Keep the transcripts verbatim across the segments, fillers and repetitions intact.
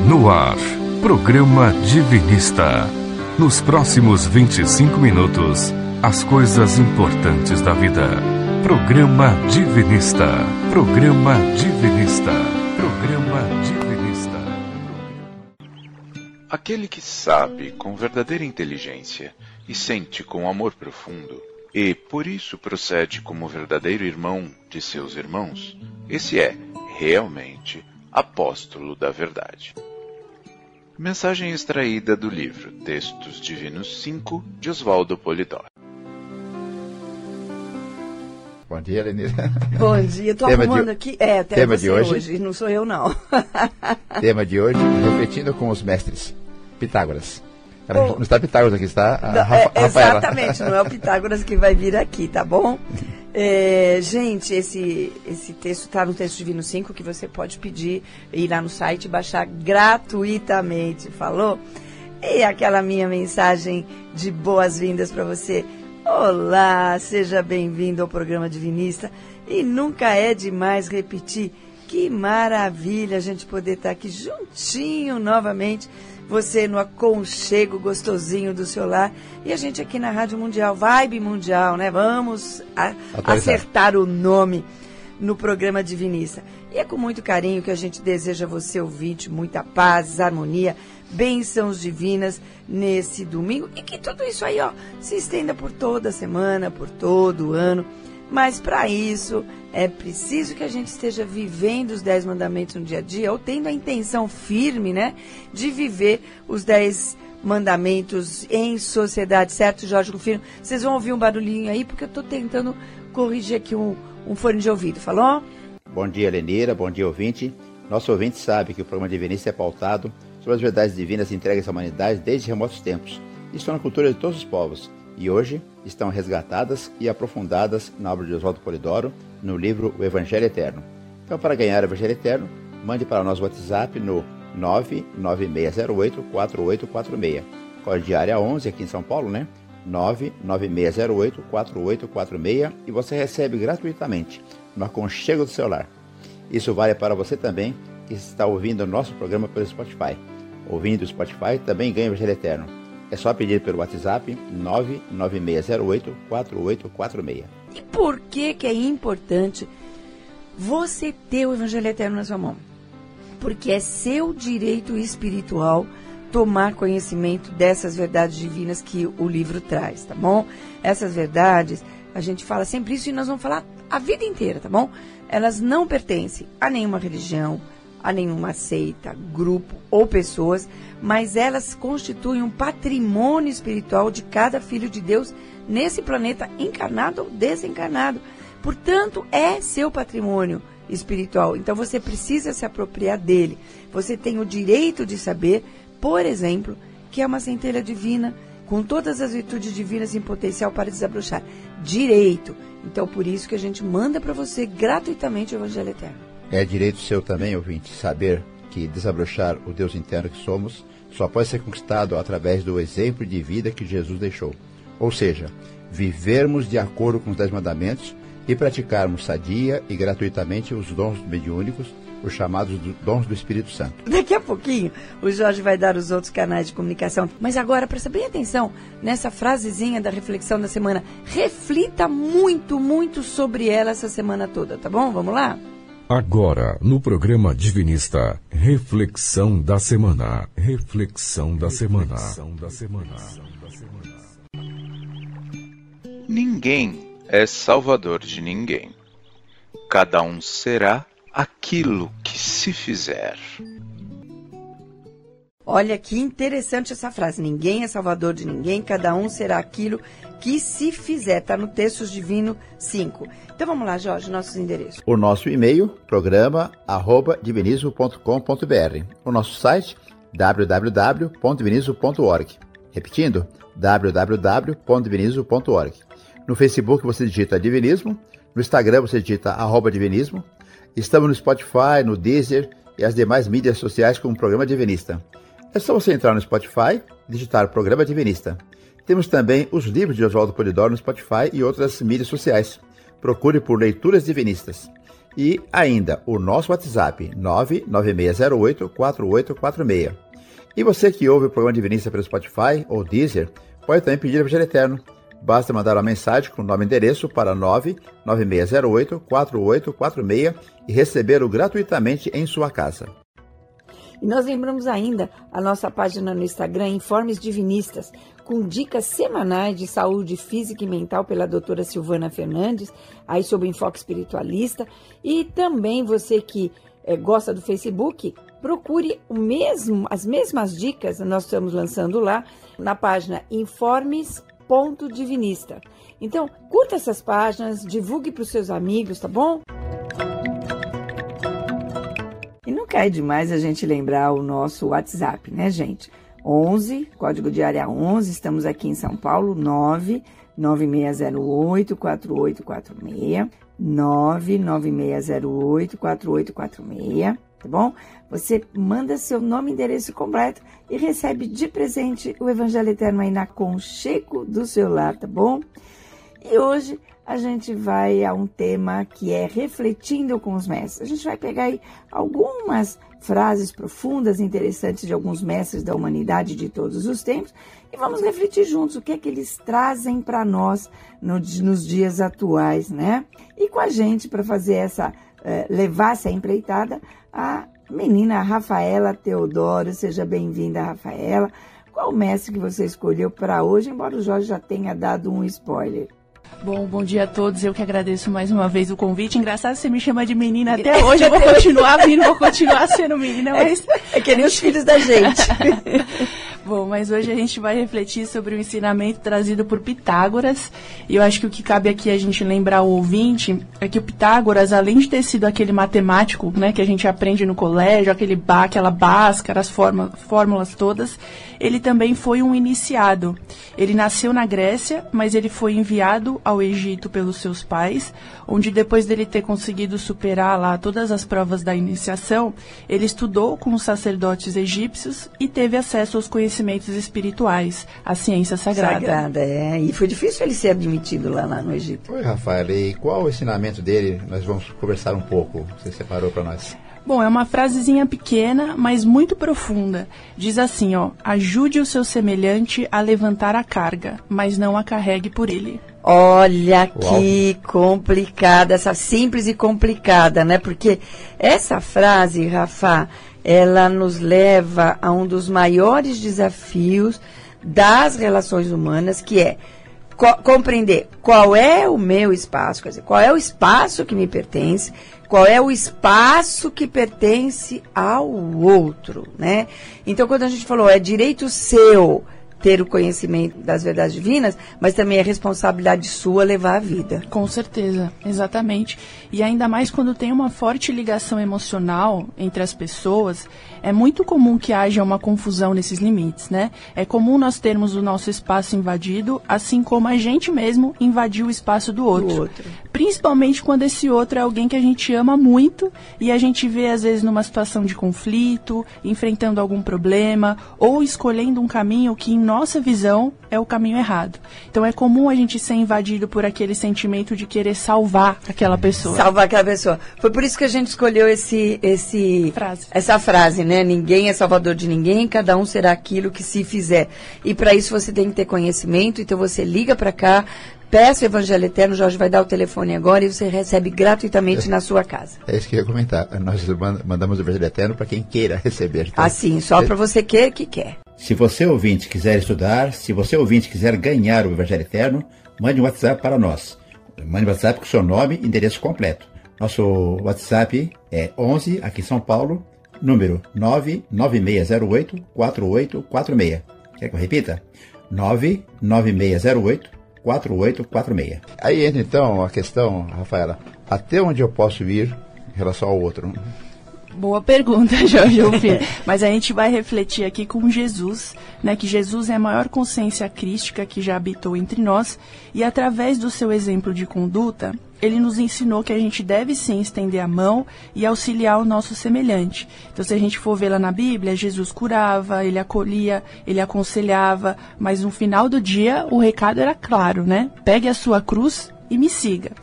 No ar, programa Divinista. Nos próximos vinte e cinco minutos, as coisas importantes da vida. Programa Divinista. Programa Divinista. Programa Divinista. Aquele que sabe com verdadeira inteligência e sente com amor profundo, e por isso procede como verdadeiro irmão de seus irmãos, esse é, realmente, apóstolo da verdade. Mensagem extraída do livro Textos Divinos cinco, de Oswaldo Polidoro. Bom dia, Lenira. Bom dia, estou arrumando de... aqui. É, até tema você de hoje, hoje, não sou eu não. Tema de hoje, refletindo com os mestres. Pitágoras. Oh. Não está Pitágoras aqui, está a não, Rafa, é, exatamente, não é o Pitágoras que vai vir aqui, tá bom? É, gente, esse, esse texto está no Texto Divino cinco, que você pode pedir, ir lá no site e baixar gratuitamente, falou? E aquela minha mensagem de boas-vindas para você. Olá, seja bem-vindo ao programa Divinista. E nunca é demais repetir, que maravilha a gente poder estar aqui juntinho novamente, você no aconchego gostosinho do seu lar, e a gente aqui na Rádio Mundial, Vibe Mundial, né? Vamos a, acertar o nome no programa Divinista. E é com muito carinho que a gente deseja a você, ouvinte, muita paz, harmonia, bênçãos divinas nesse domingo, e que tudo isso aí, ó, se estenda por toda a semana, por todo o ano. Mas para isso é preciso que a gente esteja vivendo os dez mandamentos no dia a dia, ou tendo a intenção firme, né, de viver os dez mandamentos em sociedade, certo, Jorge Rufino? Vocês vão ouvir um barulhinho aí, porque eu estou tentando corrigir aqui um, um fone de ouvido, falou? Bom dia, Lenira, bom dia, ouvinte. Nosso ouvinte sabe que o programa Divinista é pautado sobre as verdades divinas entregues à humanidade desde remotos tempos. Estão na cultura de todos os povos. E hoje estão resgatadas e aprofundadas na obra de Oswaldo Polidoro, no livro O Evangelho Eterno. Então, para ganhar o Evangelho Eterno, mande para o nosso WhatsApp no nove nove seis zero oito quatro oito quatro seis. Código de área onze, aqui em São Paulo, né? nove nove seis zero oito quatro oito quatro seis, e você recebe gratuitamente no aconchego do celular. Isso vale para você também que está ouvindo o nosso programa pelo Spotify. Ouvindo o Spotify, também ganha o Evangelho Eterno. É só pedir pelo WhatsApp nove nove seis zero oito quatro oito quatro seis. E por que que é importante você ter o Evangelho Eterno na sua mão? Porque é seu direito espiritual tomar conhecimento dessas verdades divinas que o livro traz, tá bom? Essas verdades, a gente fala sempre isso e nós vamos falar a vida inteira, tá bom? Elas não pertencem a nenhuma religião, a nenhuma seita, grupo ou pessoas, mas elas constituem um patrimônio espiritual de cada filho de Deus nesse planeta, encarnado ou desencarnado. Portanto, é seu patrimônio espiritual. Então, você precisa se apropriar dele. Você tem o direito de saber, por exemplo, que é uma centelha divina, com todas as virtudes divinas em potencial para desabrochar. Direito. Então, por isso que a gente manda para você gratuitamente o Evangelho Eterno. É direito seu também, ouvinte, saber que desabrochar o Deus interno que somos só pode ser conquistado através do exemplo de vida que Jesus deixou. Ou seja, vivermos de acordo com os dez mandamentos e praticarmos sadia e gratuitamente os dons mediúnicos, os chamados do, dons do Espírito Santo. Daqui a pouquinho o Jorge vai dar os outros canais de comunicação. Mas agora, presta bem atenção nessa frasezinha da reflexão da semana. Reflita muito, muito sobre ela essa semana toda, tá bom? Vamos lá? Agora, no programa Divinista, reflexão da semana. Reflexão da semana. Reflexão da semana. Ninguém é salvador de ninguém. Cada um será aquilo que se fizer. Olha que interessante essa frase. Ninguém é salvador de ninguém, cada um será aquilo que se fizer. Está no Textos Divino cinco. Então vamos lá, Jorge, nossos endereços. O nosso e-mail, programa arroba divinismo ponto com ponto b r. O nosso site, w w w ponto divinismo ponto org. Repetindo, w w w ponto divinismo ponto org. No Facebook você digita Divinismo, no Instagram você digita arroba Divinismo. Estamos no Spotify, no Deezer e as demais mídias sociais como Programa Divinista. É só você entrar no Spotify e digitar Programa Divinista. Temos também os livros de Oswaldo Polidoro no Spotify e outras mídias sociais. Procure por Leituras Divinistas. E ainda o nosso WhatsApp, nove nove seis zero oito, quatro oito quatro seis. E você que ouve o programa Divinista pelo Spotify ou Deezer, pode também pedir o Evangelho Eterno. Basta mandar uma mensagem com o nome e endereço para nove nove seis zero oito, quatro oito quatro seis e recebê-lo gratuitamente em sua casa. E nós lembramos ainda a nossa página no Instagram, Informes Divinistas, com dicas semanais de saúde física e mental pela doutora Silvana Fernandes, aí sobre enfoque espiritualista. E também você que é, gosta do Facebook, procure o mesmo, as mesmas dicas, nós estamos lançando lá na página Informes Ponto Divinista. Então, curta essas páginas, divulgue para os seus amigos, tá bom? E não cai demais a gente lembrar o nosso WhatsApp, né, gente? onze, código de área onze, estamos aqui em São Paulo, nove nove seis zero oito, quatro oito quatro seis, nove nove seis zero oito, quatro oito quatro seis, tá bom? Você manda seu nome e endereço completo e recebe de presente o Evangelho Eterno aí na aconchego do seu lar, tá bom? E hoje a gente vai a um tema que é refletindo com os mestres. A gente vai pegar aí algumas frases profundas, interessantes de alguns mestres da humanidade de todos os tempos e vamos refletir juntos o que é que eles trazem para nós no, nos dias atuais, né? E com a gente, para fazer essa, eh, levar essa empreitada, a menina Rafaela Teodoro. Seja bem-vinda, Rafaela. Qual o mestre que você escolheu para hoje, embora o Jorge já tenha dado um spoiler? Bom, bom dia a todos, eu que agradeço mais uma vez o convite. Engraçado, você me chama de menina até hoje, eu vou continuar vindo, vou continuar sendo menina, mas... É, é que nem os filhos da gente. Bom, mas hoje a gente vai refletir sobre o ensinamento trazido por Pitágoras, e eu acho que o que cabe aqui a gente lembrar o ouvinte é que o Pitágoras, além de ter sido aquele matemático, né, que a gente aprende no colégio, aquele ba, aquela báscara, as forma, fórmulas todas, ele também foi um iniciado. Ele nasceu na Grécia, mas ele foi enviado ao Egito pelos seus pais, onde depois dele ter conseguido superar lá todas as provas da iniciação, ele estudou com os sacerdotes egípcios e teve acesso aos conhecimentos espirituais, a ciência sagrada. Sagrada, é. E foi difícil ele ser admitido lá, lá no Egito. Oi, Rafael, e qual o ensinamento dele? Nós vamos conversar um pouco. Você separou para nós. Bom, é uma frasezinha pequena, mas muito profunda. Diz assim, ó: ajude o seu semelhante a levantar a carga, mas não a carregue por ele. Olha Uau. Que complicada, essa simples e complicada, né? Porque essa frase, Rafa, ela nos leva a um dos maiores desafios das relações humanas, que é co- compreender qual é o meu espaço, quer dizer, qual é o espaço que me pertence, qual é o espaço que pertence ao outro, né? Então, quando a gente falou, é direito seu ter o conhecimento das verdades divinas, mas também é responsabilidade sua levar a vida. Com certeza, exatamente. E ainda mais quando tem uma forte ligação emocional entre as pessoas, é muito comum que haja uma confusão nesses limites, né? É comum nós termos o nosso espaço invadido, assim como a gente mesmo invadiu o espaço do outro. Do outro. Principalmente quando esse outro é alguém que a gente ama muito e a gente vê às vezes numa situação de conflito, enfrentando algum problema ou escolhendo um caminho que em nossa visão é o caminho errado. Então é comum a gente ser invadido por aquele sentimento de querer salvar aquela pessoa. Salvar aquela pessoa. Foi por isso que a gente escolheu esse, esse, Frase. essa frase, né? Ninguém é salvador de ninguém, cada um será aquilo que se fizer. E para isso você tem que ter conhecimento, então você liga para cá, peça o Evangelho Eterno, o Jorge vai dar o telefone agora e você recebe gratuitamente é, na sua casa. É isso que eu ia comentar. Nós mandamos o Evangelho Eterno para quem queira receber. Tá? Assim, só para você querer que quer. Se você ouvinte quiser estudar, se você ouvinte quiser ganhar o Evangelho Eterno, mande um WhatsApp para nós. Mande um WhatsApp com seu nome e endereço completo. Nosso WhatsApp é onze, aqui em São Paulo, número nove nove seis zero oito, quatro oito quatro seis. Quer que eu repita? nove nove seis zero oito, quatro oito quatro seis. Aí entra então a questão, Rafaela, até onde eu posso ir em relação ao outro? Boa pergunta, Jorge Ophir. Mas a gente vai refletir aqui com Jesus, né, que Jesus é a maior consciência crística que já habitou entre nós e através do seu exemplo de conduta, ele nos ensinou que a gente deve sim estender a mão e auxiliar o nosso semelhante. Então, se a gente for ver lá na Bíblia, Jesus curava, ele acolhia, ele aconselhava, mas no final do dia o recado era claro, né? Pegue a sua cruz e me siga.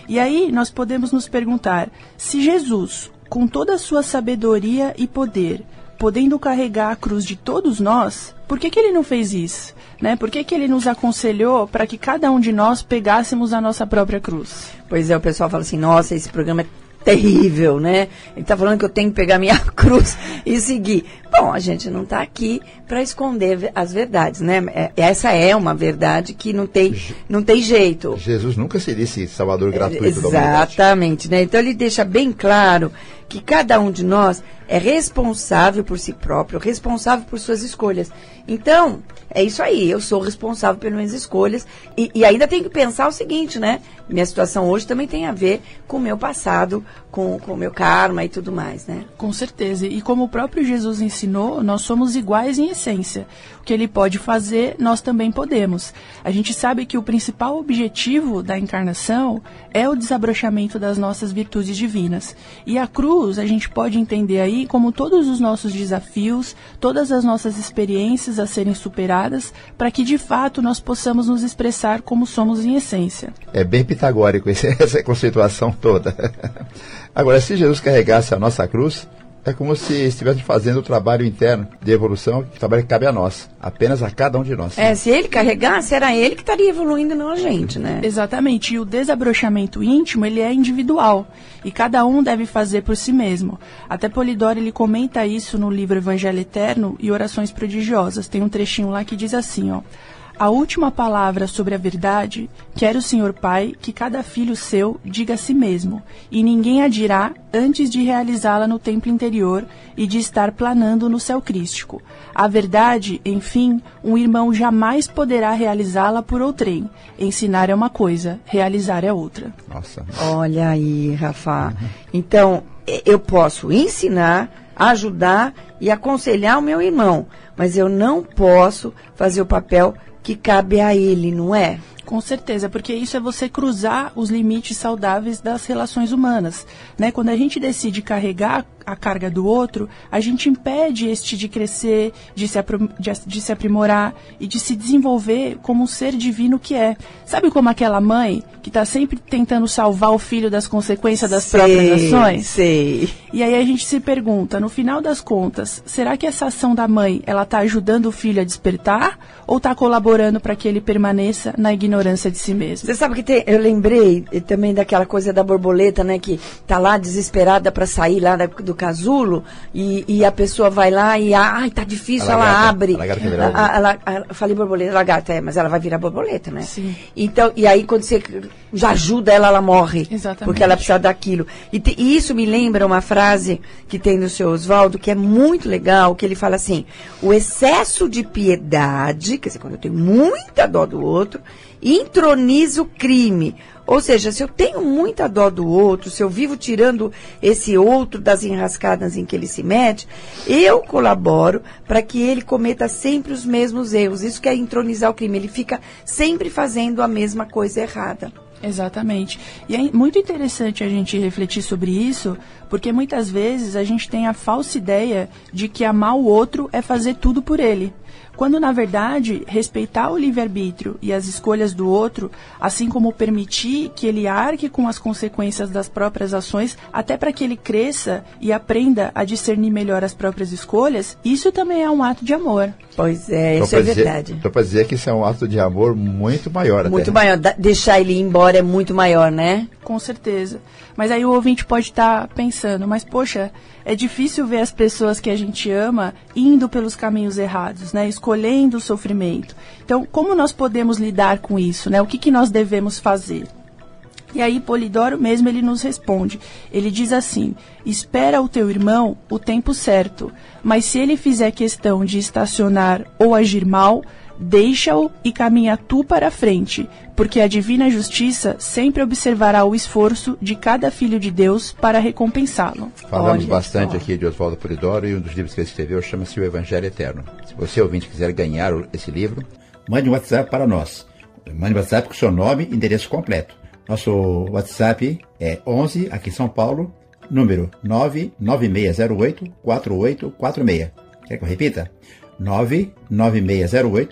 E aí nós podemos nos perguntar, se Jesus, com toda a sua sabedoria e poder, podendo carregar a cruz de todos nós, por que que ele não fez isso? Né? Por que que ele nos aconselhou para que cada um de nós pegássemos a nossa própria cruz? Pois é, o pessoal fala assim, nossa, esse programa é terrível, né? Ele está falando que eu tenho que pegar minha cruz e seguir. Bom, a gente não está aqui para esconder as verdades, né? É, essa é uma verdade que não tem, não tem jeito. Jesus nunca se disse salvador gratuito da humanidade. Exatamente, né? Então ele deixa bem claro que cada um de nós é responsável por si próprio, responsável por suas escolhas. Então, é isso aí, eu sou responsável pelas minhas escolhas e, e ainda tenho que pensar o seguinte, né? Minha situação hoje também tem a ver com o meu passado, com o meu karma e tudo mais, né? Com certeza, e como o próprio Jesus ensinou, nós somos iguais em essência. O que ele pode fazer, nós também podemos. A gente sabe que o principal objetivo da encarnação é o desabrochamento das nossas virtudes divinas. E a cruz, a gente pode entender aí como todos os nossos desafios, todas as nossas experiências a serem superadas, para que de fato nós possamos nos expressar como somos em essência. É bem pitagórico esse, essa conceituação toda. Agora, se Jesus carregasse a nossa cruz, é como se estivéssemos fazendo o trabalho interno de evolução, que trabalho que cabe a nós, apenas a cada um de nós. É, se ele carregasse, era ele que estaria evoluindo, não a gente, né? Exatamente, e o desabrochamento íntimo, ele é individual, e cada um deve fazer por si mesmo. Até Polidoro, ele comenta isso no livro Evangelho Eterno e Orações Prodigiosas. Tem um trechinho lá que diz assim, ó: a última palavra sobre a verdade, quer o Senhor Pai que cada filho seu diga a si mesmo, e ninguém a dirá antes de realizá-la no templo interior e de estar planando no céu crístico. A verdade, enfim, um irmão jamais poderá realizá-la por outrem. Ensinar é uma coisa, realizar é outra. Nossa. Olha aí, Rafa. Então, eu posso ensinar, ajudar e aconselhar o meu irmão, mas eu não posso fazer o papel que cabe a ele, não é? Com certeza, porque isso é você cruzar os limites saudáveis das relações humanas, né? Quando a gente decide carregar a carga do outro, a gente impede este de crescer, de se, de, de se aprimorar e de se desenvolver como um ser divino que é. Sabe como aquela mãe que está sempre tentando salvar o filho das consequências das sei, próprias ações? Sei. E aí a gente se pergunta, no final das contas, será que essa ação da mãe, ela está ajudando o filho a despertar ou está colaborando para que ele permaneça na ignorância de si mesmo? Você sabe que tem, eu lembrei também daquela coisa da borboleta, né, que tá lá desesperada para sair lá da, do casulo e, e a pessoa vai lá e ai, tá difícil, ela lagarta, abre. A lagarta a, a, a, a, eu falei borboleta, lagarta, é, mas ela vai virar borboleta, né? Sim. Então, e aí quando você já ajuda ela, ela morre. Exatamente. Porque ela precisa daquilo. E, te, e isso me lembra uma frase que tem no seu Oswaldo, que é muito legal, que ele fala assim: o excesso de piedade, quer dizer, quando eu tenho muita dó do outro, introniza o crime. Ou seja, se eu tenho muita dó do outro, se eu vivo tirando esse outro das enrascadas em que ele se mete, eu colaboro para que ele cometa sempre os mesmos erros. Isso que é intronizar o crime. Ele fica sempre fazendo a mesma coisa errada. Exatamente. E é muito interessante a gente refletir sobre isso, porque muitas vezes a gente tem a falsa ideia de que amar o outro é fazer tudo por ele. Quando, na verdade, respeitar o livre-arbítrio e as escolhas do outro, assim como permitir que ele arque com as consequências das próprias ações, até para que ele cresça e aprenda a discernir melhor as próprias escolhas, isso também é um ato de amor. Pois é, Tô isso é dizer, verdade. Estou para dizer que isso é um ato de amor muito maior. Muito até, maior. Da, deixar ele ir embora é muito maior, né? Com certeza. Mas aí o ouvinte pode estar pensando, mas poxa, é difícil ver as pessoas que a gente ama indo pelos caminhos errados, né? Escolhendo o sofrimento. Então, como nós podemos lidar com isso, né? O que, que nós devemos fazer? E aí Polidoro mesmo, ele nos responde. Ele diz assim: espera o teu irmão o tempo certo, mas se ele fizer questão de estacionar ou agir mal, deixa-o e caminha tu para a frente, porque a divina justiça sempre observará o esforço de cada filho de Deus para recompensá-lo. Falamos Olha bastante só. aqui de Oswaldo Polidoro, e um dos livros que ele escreveu chama-se O Evangelho Eterno. Se você, ouvinte, quiser ganhar esse livro, mande um WhatsApp para nós. Mande um WhatsApp com seu nome e endereço completo. Nosso WhatsApp é onze, aqui em São Paulo, número nove nove seis zero oito, quatro oito quatro seis. Quer que eu repita? nove nove seis zero oito,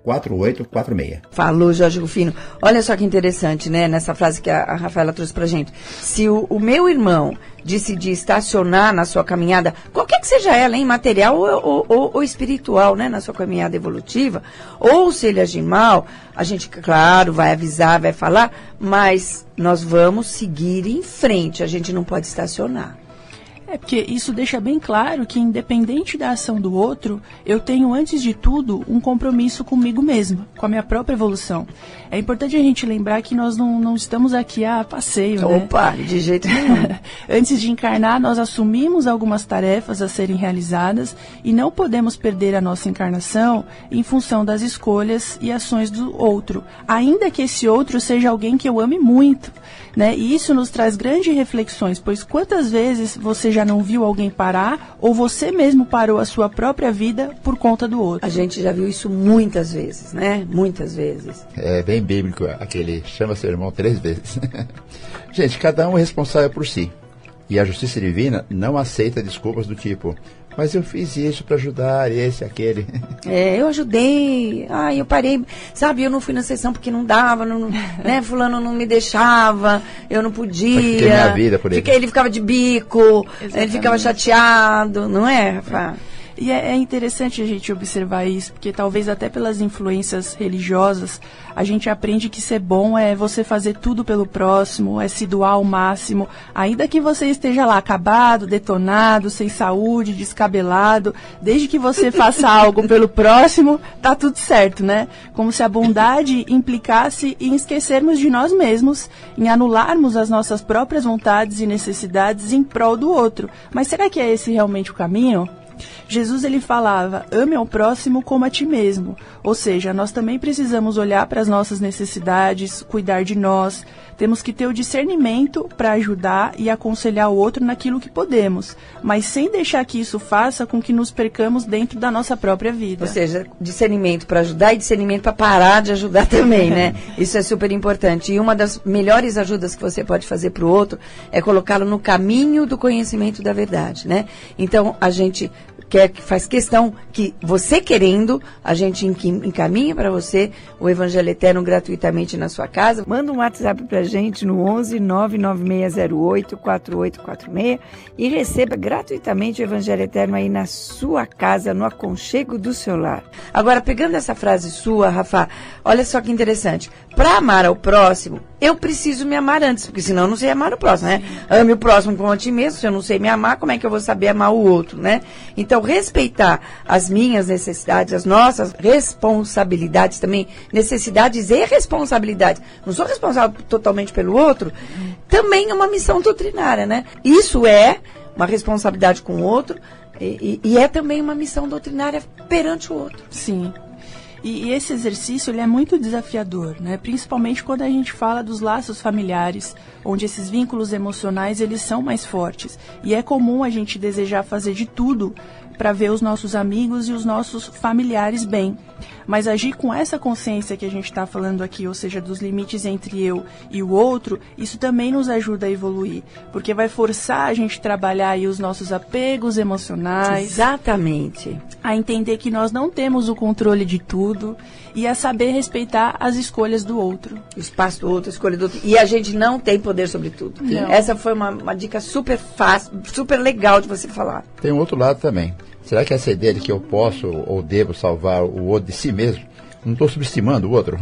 quatro oito quatro seis. Falou, Jorge Rufino. Olha só que interessante, né, nessa frase que a, a Rafaela trouxe pra gente. Se o, o meu irmão decidir estacionar na sua caminhada, qualquer que seja ela, hein, material ou, ou, ou espiritual, né, na sua caminhada evolutiva, ou se ele agir mal, a gente, claro, vai avisar, vai falar, mas nós vamos seguir em frente, a gente não pode estacionar. É porque isso deixa bem claro que, independente da ação do outro, eu tenho, antes de tudo, um compromisso comigo mesma, com a minha própria evolução. É importante a gente lembrar que nós não, não estamos aqui a passeio, né? Opa, de jeito nenhum. Antes de encarnar, nós assumimos algumas tarefas a serem realizadas e não podemos perder a nossa encarnação em função das escolhas e ações do outro, ainda que esse outro seja alguém que eu ame muito, né? E isso nos traz grandes reflexões, pois quantas vezes você já não viu alguém parar ou você mesmo parou a sua própria vida por conta do outro? A gente já viu isso muitas vezes, né? Muitas vezes. É bem bíblico aquele chama seu irmão três vezes. Gente, cada um é responsável por si. E a justiça divina não aceita desculpas do tipo, mas eu fiz isso para ajudar esse, aquele. É, eu ajudei, ah, eu parei, sabe, eu não fui na sessão porque não dava, não, né, fulano não me deixava, eu não podia. Fiquei minha vida por ele. Fiquei, ele ficava de bico, Exatamente. Ele ficava chateado, não é, Rafa? E é, é interessante a gente observar isso, porque talvez até pelas influências religiosas, a gente aprende que ser bom é você fazer tudo pelo próximo, é se doar ao máximo, ainda que você esteja lá acabado, detonado, sem saúde, descabelado, desde que você faça algo pelo próximo, tá tudo certo, né? Como se a bondade implicasse em esquecermos de nós mesmos, em anularmos as nossas próprias vontades e necessidades em prol do outro. Mas será que é esse realmente o caminho? Jesus, ele falava, ame ao próximo como a ti mesmo. Ou seja, nós também precisamos olhar para as nossas necessidades, cuidar de nós. Temos que ter o discernimento para ajudar e aconselhar o outro naquilo que podemos, mas sem deixar que isso faça com que nos percamos dentro da nossa própria vida. Ou seja, discernimento para ajudar e discernimento para parar de ajudar também, né? Isso é super importante. E uma das melhores ajudas que você pode fazer para o outro é colocá-lo no caminho do conhecimento da verdade, né? Então, a gente quer, faz questão que você querendo, a gente encaminha para você o Evangelho Eterno gratuitamente na sua casa. Manda um WhatsApp para a gente no onze nove nove seis zero oito quatro oito quatro seis e receba gratuitamente o Evangelho Eterno aí na sua casa, no aconchego do seu lar. Agora, pegando essa frase sua, Rafa, olha só que interessante. Para amar ao próximo, eu preciso me amar antes, porque senão eu não sei amar o próximo, né? Ame o próximo como a ti mesmo, se eu não sei me amar, como é que eu vou saber amar o outro, né? Então, respeitar as minhas necessidades, as nossas responsabilidades também, necessidades e responsabilidades. Não sou responsável totalmente pelo outro, também é uma missão doutrinária, né? Isso é uma responsabilidade com o outro e, e, e é também uma missão doutrinária perante o outro. Sim. E, e esse exercício, ele é muito desafiador, né? Principalmente quando a gente fala dos laços familiares, onde esses vínculos emocionais, eles são mais fortes. E é comum a gente desejar fazer de tudo para ver os nossos amigos e os nossos familiares bem. Mas agir com essa consciência que a gente está falando aqui, ou seja, dos limites entre eu e o outro, isso também nos ajuda a evoluir, porque vai forçar a gente a trabalhar aí os nossos apegos emocionais. Exatamente. A entender que nós não temos o controle de tudo e a saber respeitar as escolhas do outro. O espaço do outro, a escolha do outro. E a gente não tem poder sobre tudo. Não. Essa foi uma, uma dica super fácil, super legal de você falar. Tem um outro lado também. Será que essa ideia de que eu posso ou devo salvar o outro de si mesmo, não estou subestimando o outro?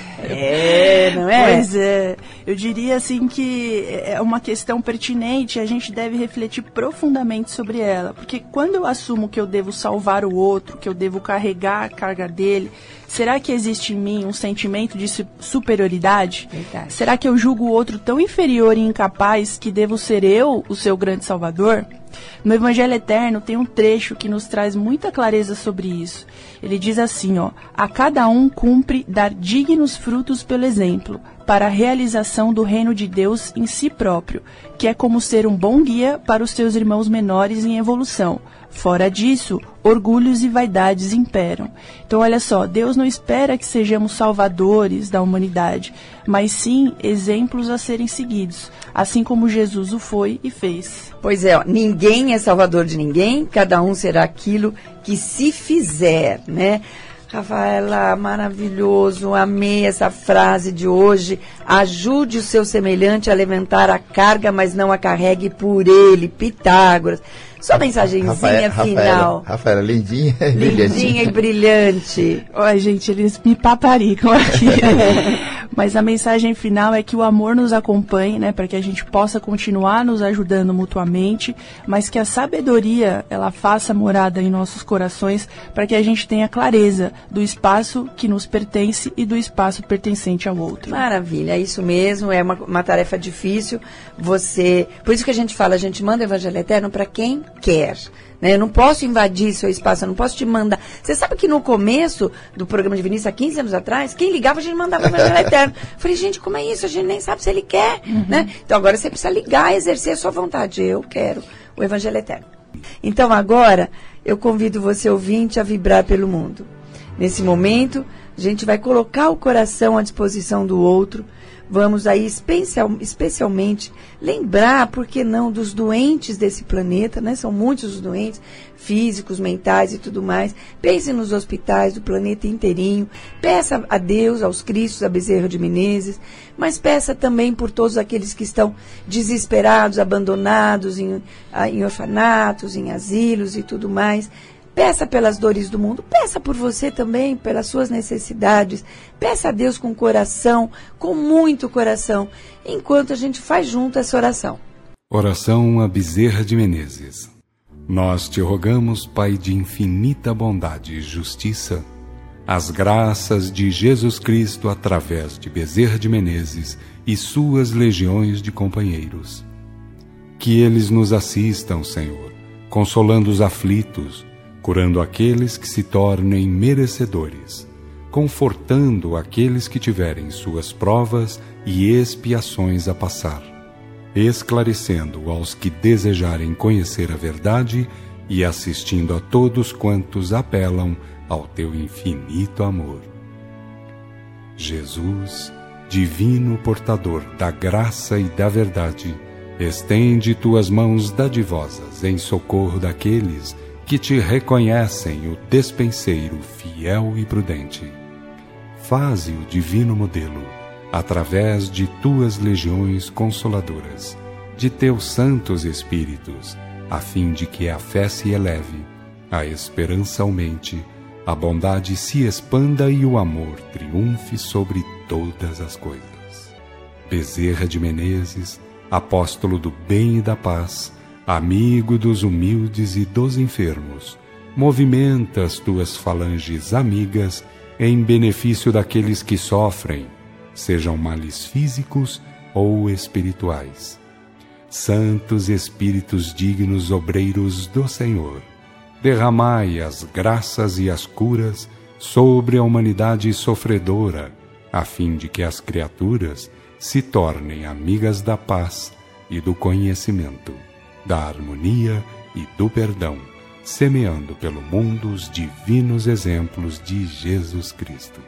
É, não é? Pois é. Eu diria assim que é uma questão pertinente, a gente deve refletir profundamente sobre ela. Porque quando eu assumo que eu devo salvar o outro, que eu devo carregar a carga dele, será que existe em mim um sentimento de superioridade? Verdade. Será que eu julgo o outro tão inferior e incapaz que devo ser eu o seu grande salvador? No Evangelho Eterno tem um trecho que nos traz muita clareza sobre isso. Ele diz assim, ó, a cada um cumpre dar dignos frutos pelo exemplo, para a realização do reino de Deus em si próprio, que é como ser um bom guia para os seus irmãos menores em evolução. Fora disso, orgulhos e vaidades imperam. Então, olha só, Deus não espera que sejamos salvadores da humanidade, mas sim exemplos a serem seguidos, assim como Jesus o foi e fez. Pois é, ó, ninguém é salvador de ninguém, cada um será aquilo que se fizer, né? Rafaela, maravilhoso, amei essa frase de hoje. Ajude o seu semelhante a levantar a carga, mas não a carregue por ele. Pitágoras. Sua mensagenzinha Rafaela, final. Rafaela, Rafaela, lindinha e Lindinha e brilhante. Oi, gente, eles me paparicam aqui. Mas a mensagem final é que o amor nos acompanhe, né, para que a gente possa continuar nos ajudando mutuamente, mas que a sabedoria, ela faça morada em nossos corações, para que a gente tenha clareza do espaço que nos pertence e do espaço pertencente ao outro. Maravilha, é isso mesmo, é uma, uma tarefa difícil. Você, por isso que a gente fala, a gente manda o Evangelho Eterno para quem quer. Né? Eu não posso invadir seu espaço, eu não posso te mandar. Você sabe que no começo do programa de Vinícius, há quinze anos atrás, quem ligava, a gente mandava o Evangelho Eterno. Eu falei, gente, como é isso? A gente nem sabe se ele quer. Uhum. Né? Então agora você precisa ligar, exercer a sua vontade. Eu quero o Evangelho Eterno. Então agora, eu convido você, ouvinte, a vibrar pelo mundo. Nesse momento, a gente vai colocar o coração à disposição do outro. Vamos aí especial, especialmente lembrar, por que não, dos doentes desse planeta, né? São muitos os doentes, físicos, mentais e tudo mais. Pense nos hospitais do planeta inteirinho. Peça a Deus, aos Cristos, a Bezerra de Menezes, mas peça também por todos aqueles que estão desesperados, abandonados em, em orfanatos, em asilos e tudo mais. Peça pelas dores do mundo, peça por você também, pelas suas necessidades. Peça a Deus com coração, com muito coração, enquanto a gente faz junto essa oração. Oração a Bezerra de Menezes. Nós te rogamos, Pai de infinita bondade e justiça, as graças de Jesus Cristo através de Bezerra de Menezes e suas legiões de companheiros. Que eles nos assistam, Senhor, consolando os aflitos, curando aqueles que se tornem merecedores, confortando aqueles que tiverem suas provas e expiações a passar, esclarecendo aos que desejarem conhecer a verdade e assistindo a todos quantos apelam ao teu infinito amor. Jesus, divino portador da graça e da verdade, estende tuas mãos dadivosas em socorro daqueles que te reconhecem o despenseiro fiel e prudente. Faze o divino modelo, através de tuas legiões consoladoras, de teus santos espíritos, a fim de que a fé se eleve, a esperança aumente, a bondade se expanda e o amor triunfe sobre todas as coisas. Bezerra de Menezes, apóstolo do bem e da paz, amigo dos humildes e dos enfermos, movimenta as tuas falanges amigas em benefício daqueles que sofrem, sejam males físicos ou espirituais. Santos Espíritos dignos obreiros do Senhor, derramai as graças e as curas sobre a humanidade sofredora, a fim de que as criaturas se tornem amigas da paz e do conhecimento, da harmonia e do perdão, semeando pelo mundo os divinos exemplos de Jesus Cristo.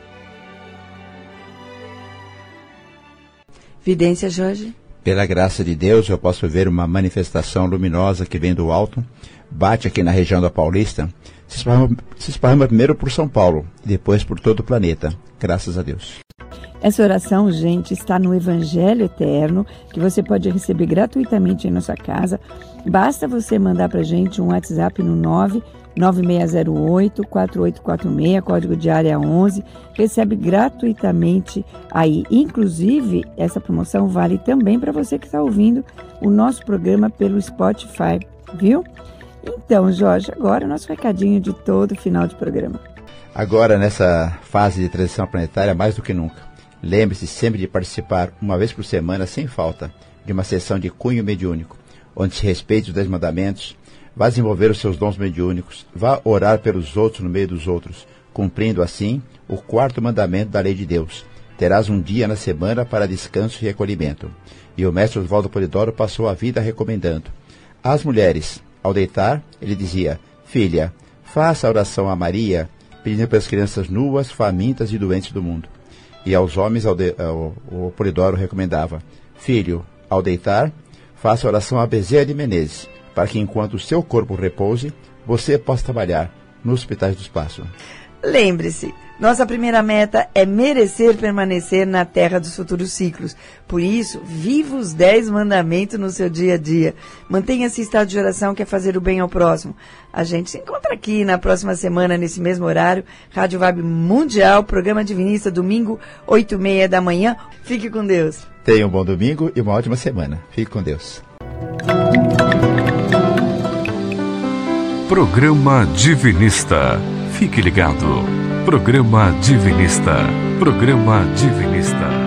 Vidência, Jorge? Pela graça de Deus, eu posso ver uma manifestação luminosa que vem do alto, bate aqui na região da Paulista, se esparrama, se esparrama primeiro por São Paulo e depois por todo o planeta. Graças a Deus. Essa oração, gente, está no Evangelho Eterno, que você pode receber gratuitamente em nossa casa. Basta você mandar para a gente um WhatsApp no nove nove seis zero oito, quatro oito quatro seis, código de área onze. Recebe gratuitamente aí. Inclusive, essa promoção vale também para você que está ouvindo o nosso programa pelo Spotify, viu? Então, Jorge, agora o nosso recadinho de todo final de programa. Agora, nessa fase de transição planetária, mais do que nunca, lembre-se sempre de participar, uma vez por semana, sem falta, de uma sessão de cunho mediúnico, onde se respeite os dez mandamentos, vá desenvolver os seus dons mediúnicos, vá orar pelos outros no meio dos outros, cumprindo assim o quarto mandamento da lei de Deus. Terás um dia na semana para descanso e recolhimento. E o mestre Oswaldo Polidoro passou a vida recomendando. Às mulheres, ao deitar, ele dizia: filha, faça a oração a Maria, pedindo pelas crianças nuas, famintas e doentes do mundo. E aos homens, ao de, ao, o Polidoro recomendava: filho, ao deitar, faça a oração a Bezerra de Menezes, para que enquanto o seu corpo repouse, você possa trabalhar nos hospitais do espaço. Lembre-se, nossa primeira meta é merecer permanecer na terra dos futuros ciclos. Por isso, viva os dez mandamentos no seu dia a dia. Mantenha esse estado de oração que é fazer o bem ao próximo. A gente se encontra aqui na próxima semana, nesse mesmo horário. Rádio Vibe Mundial, programa Divinista, domingo, oito e meia da manhã. Fique com Deus. Tenha um bom domingo e uma ótima semana. Fique com Deus. Programa Divinista. Fique ligado. Programa Divinista. Programa Divinista.